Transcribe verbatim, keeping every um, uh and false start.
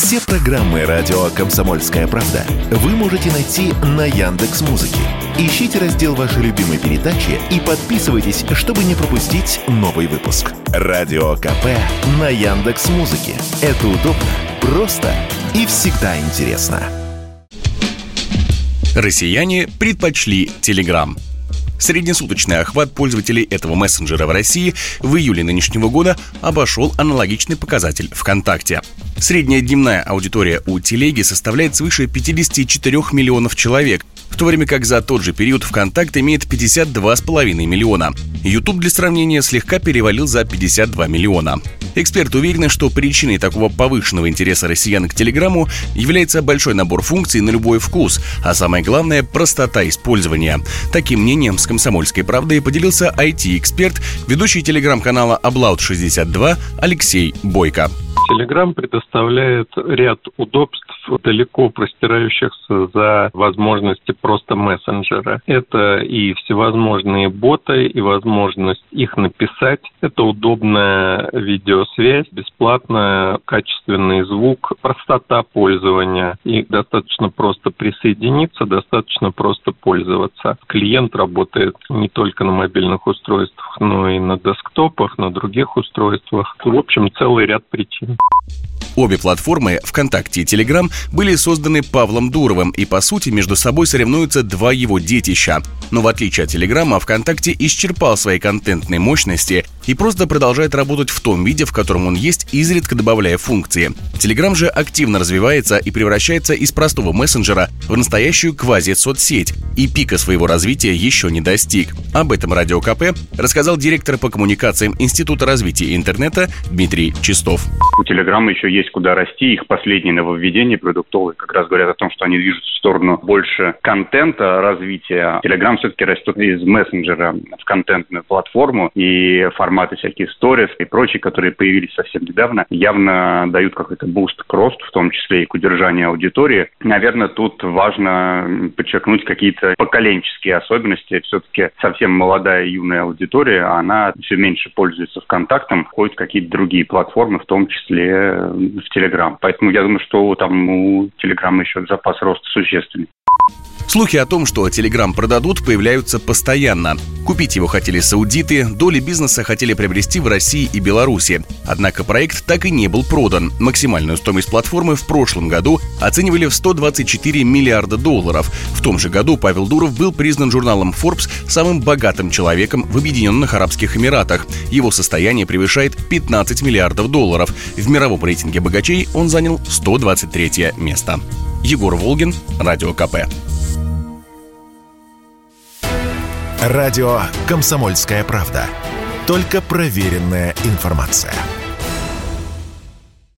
Все программы радио «Комсомольская правда» вы можете найти на Яндекс.Музыке. Ищите раздел вашей любимой передачи и подписывайтесь, чтобы не пропустить новый выпуск. Радио КП на Яндекс.Музыке. Это удобно, просто и всегда интересно. Россияне предпочли Telegram. Среднесуточный охват пользователей этого мессенджера в России в июле нынешнего года обошел аналогичный показатель ВКонтакте. Средняя дневная аудитория у Телеги составляет свыше пятьдесят четыре миллионов человек, в то время как за тот же период ВКонтакте имеет пятьдесят два с половиной миллиона. YouTube, для сравнения, слегка перевалил за пятьдесят два миллиона. Эксперты уверены, что причиной такого повышенного интереса россиян к Телеграму является большой набор функций на любой вкус, а самое главное – простота использования. Таким мнением с «Комсомольской правдой» поделился ай ти-эксперт, ведущий телеграм-канала Аблаут шестьдесят два Алексей Бойко. Telegram предоставляет ряд удобств, далеко простирающихся за возможности просто мессенджера. Это и всевозможные боты, и возможность их написать. Это удобная видеосвязь, бесплатная, качественный звук, простота пользования. И достаточно просто присоединиться, достаточно просто пользоваться. Клиент работает не только на мобильных устройствах, но и на десктопах, на других устройствах. В общем, целый ряд причин. Обе платформы, ВКонтакте и Telegram, были созданы Павлом Дуровым, и, по сути, между собой соревнуются два его детища. Но в отличие от Телеграма, ВКонтакте исчерпал свои контентные мощности и просто продолжает работать в том виде, в котором он есть, изредка добавляя функции. Telegram же активно развивается и превращается из простого мессенджера в настоящую квази-соцсеть, и пика своего развития еще не достиг. Об этом Радио КП рассказал директор по коммуникациям Института развития интернета Дмитрий Чистов. У Телеграма еще есть куда расти. Их последние нововведения продуктовые как раз говорят о том, что они движутся в сторону больше контента развития. Телеграм все-таки растет из мессенджера в контентную платформу, и форматы всякие сторис и прочие, которые появились совсем недавно, явно дают какой-то буст к росту, в том числе и к удержанию аудитории. Наверное, тут важно подчеркнуть какие-то поколенческие особенности. Все-таки совсем молодая юная аудитория, она все меньше пользуется ВКонтактом, ходит в какие-то другие платформы, в том числе в Telegram. Поэтому я думаю, что там у Telegram еще запас роста существенный. Слухи о том, что Telegram продадут, появляются постоянно. Купить его хотели саудиты, доли бизнеса хотели приобрести в России и Беларуси. Однако проект так и не был продан. Максимальную стоимость платформы в прошлом году оценивали в сто двадцать четыре миллиарда долларов. В том же году Павел Дуров был признан журналом Forbes самым богатым человеком в Объединенных Арабских Эмиратах. Его состояние превышает пятнадцать миллиардов долларов. В мировом рейтинге богачей он занял сто двадцать третье место. Егор Волгин, Радио КП. Радио «Комсомольская правда». Только проверенная информация.